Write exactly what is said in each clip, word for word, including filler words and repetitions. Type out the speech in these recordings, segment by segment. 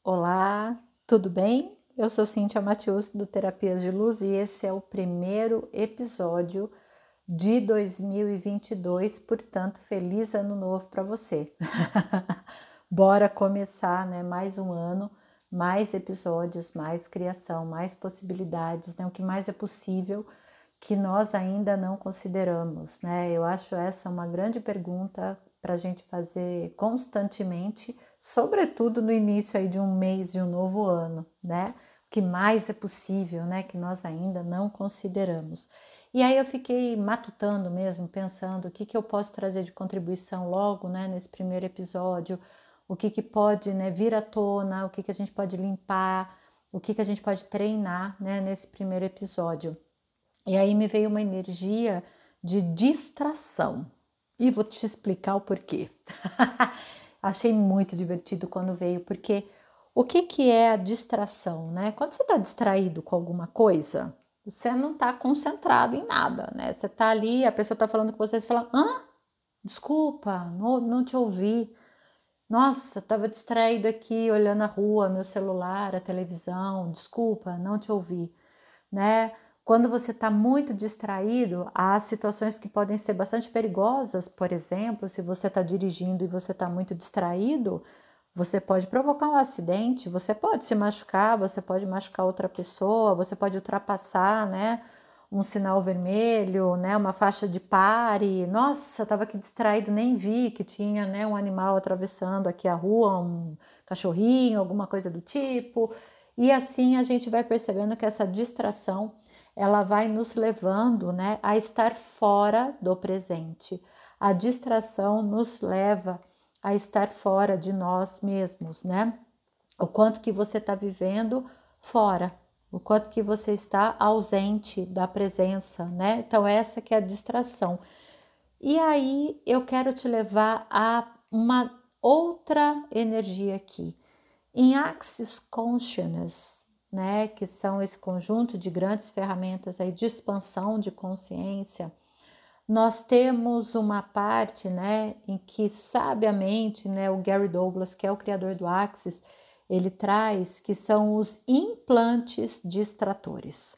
Olá, tudo bem? Eu sou Cíntia Matius do Terapias de Luz e esse é o primeiro episódio de dois mil e vinte e dois, portanto, feliz ano novo para você. Bora começar, né? Mais um ano, mais episódios, mais criação, mais possibilidades, né? O que mais é possível que nós ainda não consideramos, né? Eu acho essa uma grande pergunta para a gente fazer constantemente, sobretudo no início aí de um mês de um novo ano, né? O que mais é possível, né? Que nós ainda não consideramos. E aí eu fiquei matutando mesmo, pensando o que, que eu posso trazer de contribuição logo, né? Nesse primeiro episódio, o que, que pode, né, vir à tona, o que, que a gente pode limpar, o que, que a gente pode treinar, né? Nesse primeiro episódio. E aí me veio uma energia de distração. E vou te explicar o porquê. Achei muito divertido quando veio, porque o que, que é a distração, né? Quando você está distraído com alguma coisa, você não está concentrado em nada, né? Você está ali, a pessoa está falando com você, você fala, hã? Desculpa, não, não te ouvi. Nossa, estava distraído aqui, olhando a rua, meu celular, a televisão, desculpa, não te ouvi, né? Quando você está muito distraído, há situações que podem ser bastante perigosas. Por exemplo, se você está dirigindo e você está muito distraído, você pode provocar um acidente, você pode se machucar, você pode machucar outra pessoa, você pode ultrapassar, né? Um sinal vermelho, né? Uma faixa de pare. Nossa, estava aqui distraído, nem vi que tinha, né, um animal atravessando aqui a rua, um cachorrinho, alguma coisa do tipo. E assim a gente vai percebendo que essa distração ela vai nos levando, né, a estar fora do presente. A distração nos leva a estar fora de nós mesmos, né? O quanto que você está vivendo fora, o quanto que você está ausente da presença, né? Então essa que é a distração. E aí eu quero te levar a uma outra energia aqui. Em Axis Consciousness, né, que são esse conjunto de grandes ferramentas aí de expansão de consciência, nós temos uma parte, né, em que sabiamente, né, o Gary Douglas, que é o criador do Axis, ele traz que são os implantes distratores.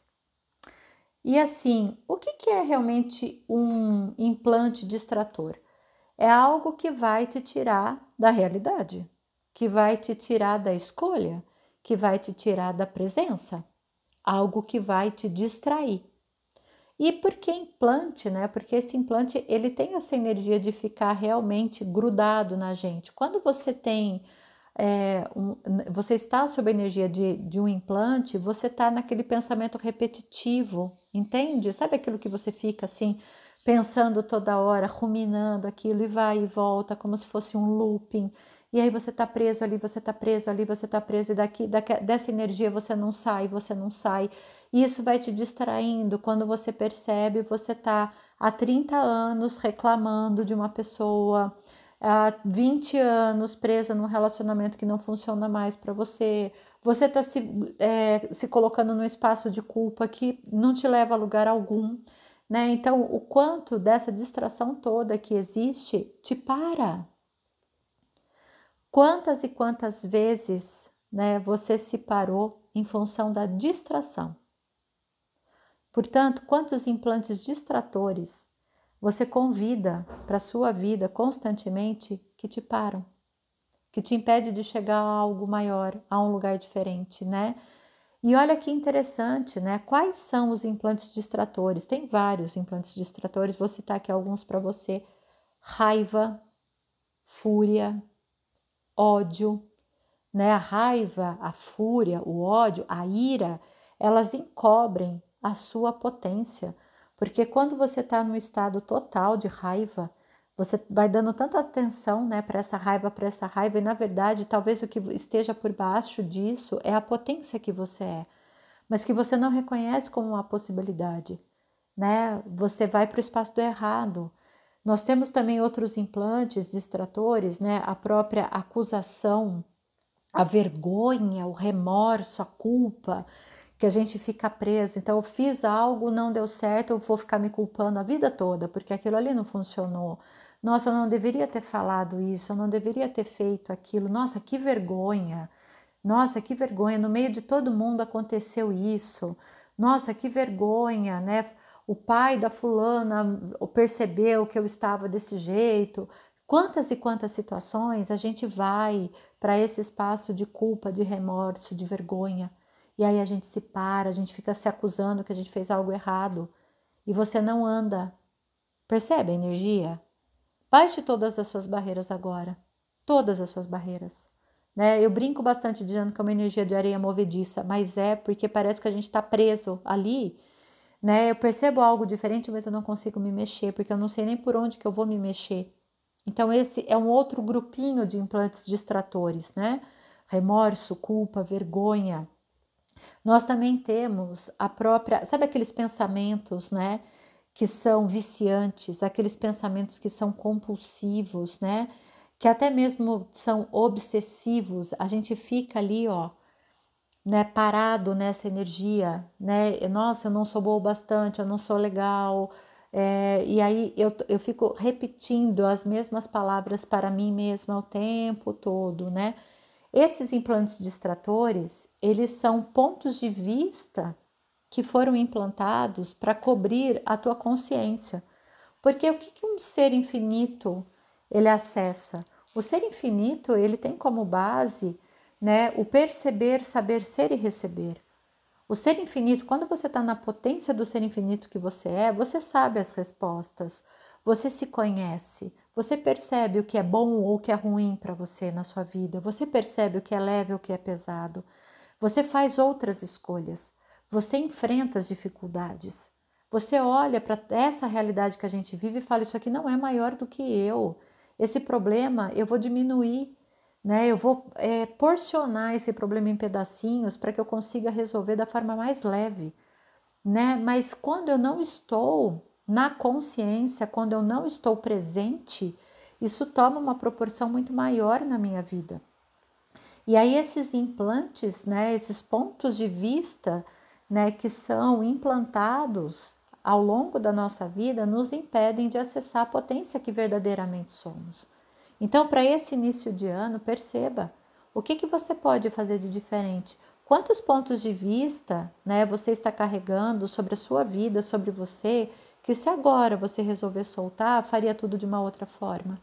E assim, o que, que é realmente um implante distrator? É algo que vai te tirar da realidade, que vai te tirar da escolha, que vai te tirar da presença, algo que vai te distrair. E por que implante, né? Porque esse implante ele tem essa energia de ficar realmente grudado na gente. Quando você tem, é, um, você está sob a energia de, de um implante, você está naquele pensamento repetitivo, entende? Sabe aquilo que você fica assim, pensando toda hora, ruminando aquilo e vai e volta, como se fosse um looping. E aí você está preso ali, você está preso ali, você está preso, e daqui, daqui, dessa energia você não sai, você não sai. E isso vai te distraindo. Quando você percebe, você está há trinta anos reclamando de uma pessoa, há vinte anos presa num relacionamento que não funciona mais para você. Você está se, é, se colocando num espaço de culpa que não te leva a lugar algum, né? Então, o quanto dessa distração toda que existe te para. Quantas e quantas vezes, né, você se parou em função da distração? Portanto, quantos implantes distratores você convida para a sua vida constantemente que te param, que te impede de chegar a algo maior, a um lugar diferente, né? E olha que interessante, né? Quais são os implantes distratores? Tem vários implantes distratores, vou citar aqui alguns para você: raiva, fúria, ódio, né? A raiva, a fúria, o ódio, a ira, elas encobrem a sua potência, porque quando você está num estado total de raiva, você vai dando tanta atenção, né, para essa raiva, para essa raiva, e na verdade, talvez o que esteja por baixo disso é a potência que você é, mas que você não reconhece como uma possibilidade, né? Você vai para o espaço do errado. Nós temos também outros implantes distratores, né? A própria acusação, a vergonha, o remorso, a culpa, que a gente fica preso. Então, eu fiz algo, não deu certo, eu vou ficar me culpando a vida toda, porque aquilo ali não funcionou. Nossa, eu não deveria ter falado isso, eu não deveria ter feito aquilo. Nossa, que vergonha. Nossa, que vergonha, no meio de todo mundo aconteceu isso. Nossa, que vergonha, né? O pai da fulana percebeu que eu estava desse jeito. Quantas e quantas situações a gente vai para esse espaço de culpa, de remorso, de vergonha. E aí a gente se para, a gente fica se acusando que a gente fez algo errado. E você não anda. Percebe a energia? Baixe todas as suas barreiras agora. Todas as suas barreiras. Né? Eu brinco bastante dizendo que é uma energia de areia movediça, mas é porque parece que a gente está preso ali. Né? Eu percebo algo diferente, mas eu não consigo me mexer, porque eu não sei nem por onde que eu vou me mexer. Então, esse é um outro grupinho de implantes distratores, né? Remorso, culpa, vergonha. Nós também temos a própria, sabe aqueles pensamentos, né? Que são viciantes, aqueles pensamentos que são compulsivos, né? Que até mesmo são obsessivos. A gente fica ali, ó, né? Parado nessa energia, né? Nossa, eu não sou boa o bastante, eu não sou legal. É, e aí eu, eu fico repetindo as mesmas palavras para mim mesma o tempo todo, né? Esses implantes distratores, eles são pontos de vista que foram implantados para cobrir a tua consciência. Porque o que, que um ser infinito ele acessa? O ser infinito ele tem como base, né, o perceber, saber ser e receber. O ser infinito, quando você está na potência do ser infinito que você é, você sabe as respostas, você se conhece, você percebe o que é bom ou o que é ruim para você na sua vida, você percebe o que é leve ou o que é pesado, você faz outras escolhas, você enfrenta as dificuldades, você olha para essa realidade que a gente vive e fala: isso aqui não é maior do que eu, esse problema eu vou diminuir. Né? Eu vou é, porcionar esse problema em pedacinhos para que eu consiga resolver da forma mais leve, né? Mas quando eu não estou na consciência, quando eu não estou presente, isso toma uma proporção muito maior na minha vida. E aí esses implantes, né, esses pontos de vista, né, que são implantados ao longo da nossa vida, nos impedem de acessar a potência que verdadeiramente somos. Então, para esse início de ano, perceba o que, que você pode fazer de diferente. Quantos pontos de vista, né, você está carregando sobre a sua vida, sobre você, que se agora você resolver soltar, faria tudo de uma outra forma.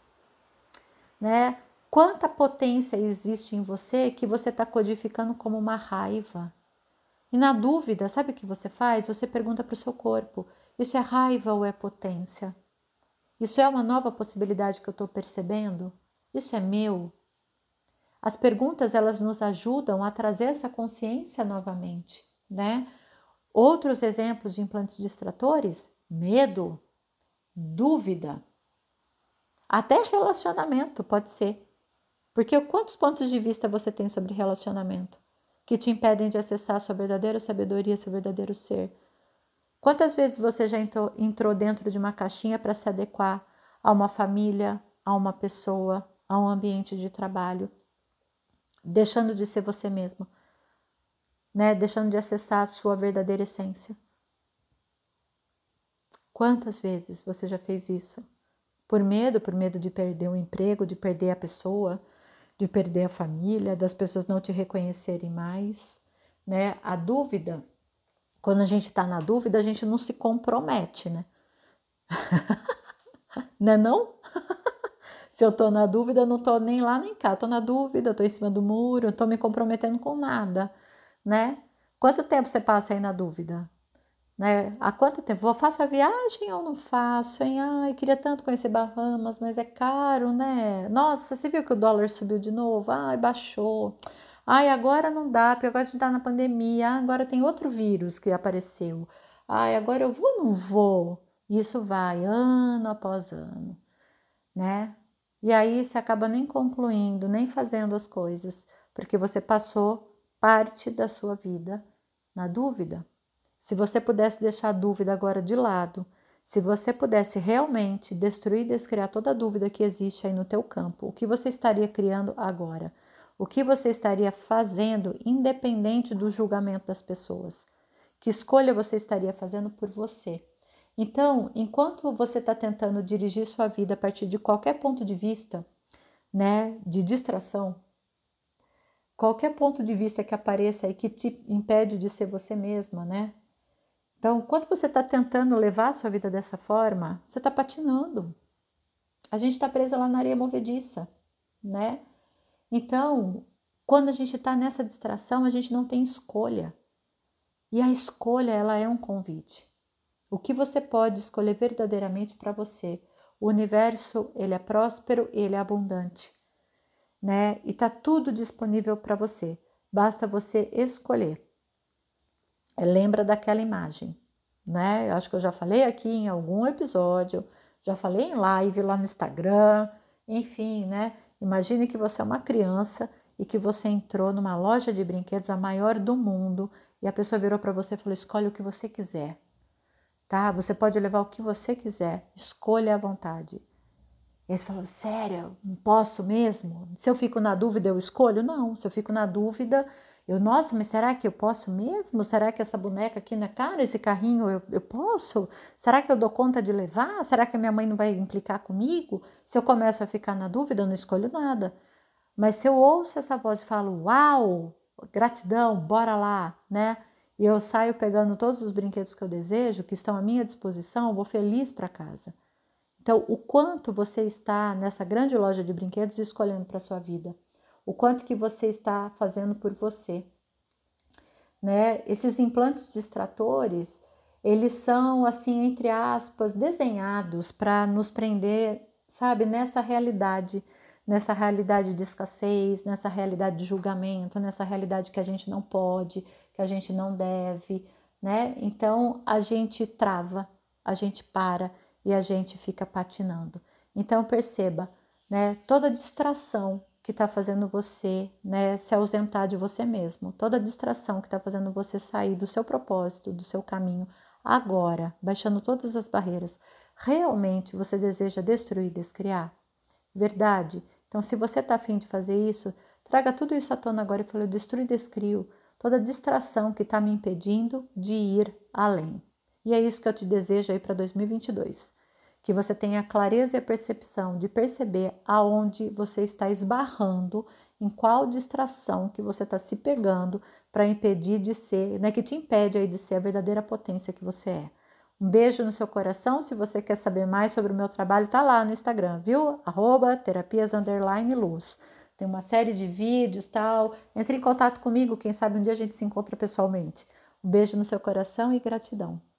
Né? Quanta potência existe em você que você está codificando como uma raiva. E na dúvida, sabe o que você faz? Você pergunta para o seu corpo: isso é raiva ou é potência? Isso é uma nova possibilidade que eu estou percebendo? Isso é meu? As perguntas, elas nos ajudam a trazer essa consciência novamente, né? Outros exemplos de implantes distratores: medo, dúvida, até relacionamento pode ser. Porque quantos pontos de vista você tem sobre relacionamento que te impedem de acessar a sua verdadeira sabedoria, seu verdadeiro ser? Quantas vezes você já entrou, entrou dentro de uma caixinha para se adequar a uma família, a uma pessoa, a um ambiente de trabalho, deixando de ser você mesmo, né? Deixando de acessar a sua verdadeira essência? Quantas vezes você já fez isso? Por medo, por medo de perder o emprego, de perder a pessoa, de perder a família, das pessoas não te reconhecerem mais, né? A dúvida, quando a gente está na dúvida, a gente não se compromete, né? Não é não? Se eu tô na dúvida, eu não tô nem lá nem cá, eu tô na dúvida, eu tô em cima do muro, eu tô me comprometendo com nada, né? Quanto tempo você passa aí na dúvida? Né? Há quanto tempo? Vou faço a viagem ou não faço, hein? Ai, queria tanto conhecer Bahamas, mas é caro, né? Nossa, você viu que o dólar subiu de novo? Ai, baixou. Ai, agora não dá, porque agora a gente tá na pandemia. Ah, agora tem outro vírus que apareceu. Ai, agora eu vou ou não vou? Isso vai ano após ano, né? E aí você acaba nem concluindo, nem fazendo as coisas, porque você passou parte da sua vida na dúvida. Se você pudesse deixar a dúvida agora de lado, se você pudesse realmente destruir e descriar toda a dúvida que existe aí no teu campo, o que você estaria criando agora? O que você estaria fazendo independente do julgamento das pessoas? Que escolha você estaria fazendo por você? Então, enquanto você está tentando dirigir sua vida a partir de qualquer ponto de vista, né, de distração, qualquer ponto de vista que apareça aí que te impede de ser você mesma, né? Então, quando você está tentando levar a sua vida dessa forma, você está patinando. A gente está presa lá na areia movediça, né? Então, quando a gente está nessa distração, a gente não tem escolha. E a escolha, ela é um convite. O que você pode escolher verdadeiramente para você? O universo, ele é próspero, ele é abundante, né? E tá tudo disponível para você. Basta você escolher. Lembra daquela imagem, né? Eu acho que eu já falei aqui em algum episódio, já falei em live lá no Instagram, enfim, né? Imagine que você é uma criança e que você entrou numa loja de brinquedos, a maior do mundo, e a pessoa virou para você e falou: escolhe o que você quiser, tá? Você pode levar o que você quiser, escolha à vontade. E aí você falou: sério, não posso mesmo? Se eu fico na dúvida, eu escolho? Não, se eu fico na dúvida, eu, nossa, mas será que eu posso mesmo? Será que essa boneca aqui na cara, esse carrinho, eu, eu posso? Será que eu dou conta de levar? Será que a minha mãe não vai implicar comigo? Se eu começo a ficar na dúvida, eu não escolho nada. Mas se eu ouço essa voz e falo: uau, gratidão, bora lá, né? E eu saio pegando todos os brinquedos que eu desejo, que estão à minha disposição, eu vou feliz para casa. Então, o quanto você está nessa grande loja de brinquedos escolhendo para sua vida? O quanto que você está fazendo por você? Né? Esses implantes distratores, eles são, assim, entre aspas, desenhados para nos prender, sabe, nessa realidade, nessa realidade de escassez, nessa realidade de julgamento, nessa realidade que a gente não pode, que a gente não deve, né? Então, a gente trava, a gente para e a gente fica patinando. Então, perceba, né, toda distração que está fazendo você, né, se ausentar de você mesmo, toda distração que está fazendo você sair do seu propósito, do seu caminho, agora, baixando todas as barreiras, realmente você deseja destruir, descriar? Verdade? Então, se você está afim de fazer isso, traga tudo isso à tona agora e fale: eu destruo e descrio toda distração que está me impedindo de ir além. E é isso que eu te desejo aí para dois mil e vinte e dois. Que você tenha a clareza e a percepção de perceber aonde você está esbarrando, em qual distração que você está se pegando para impedir de ser, né, que te impede aí de ser a verdadeira potência que você é. Um beijo no seu coração. Se você quer saber mais sobre o meu trabalho, tá lá no Instagram, viu? Arroba terapias underline luz. Tem uma série de vídeos, tal. Entre em contato comigo, quem sabe um dia a gente se encontra pessoalmente. Um beijo no seu coração e gratidão.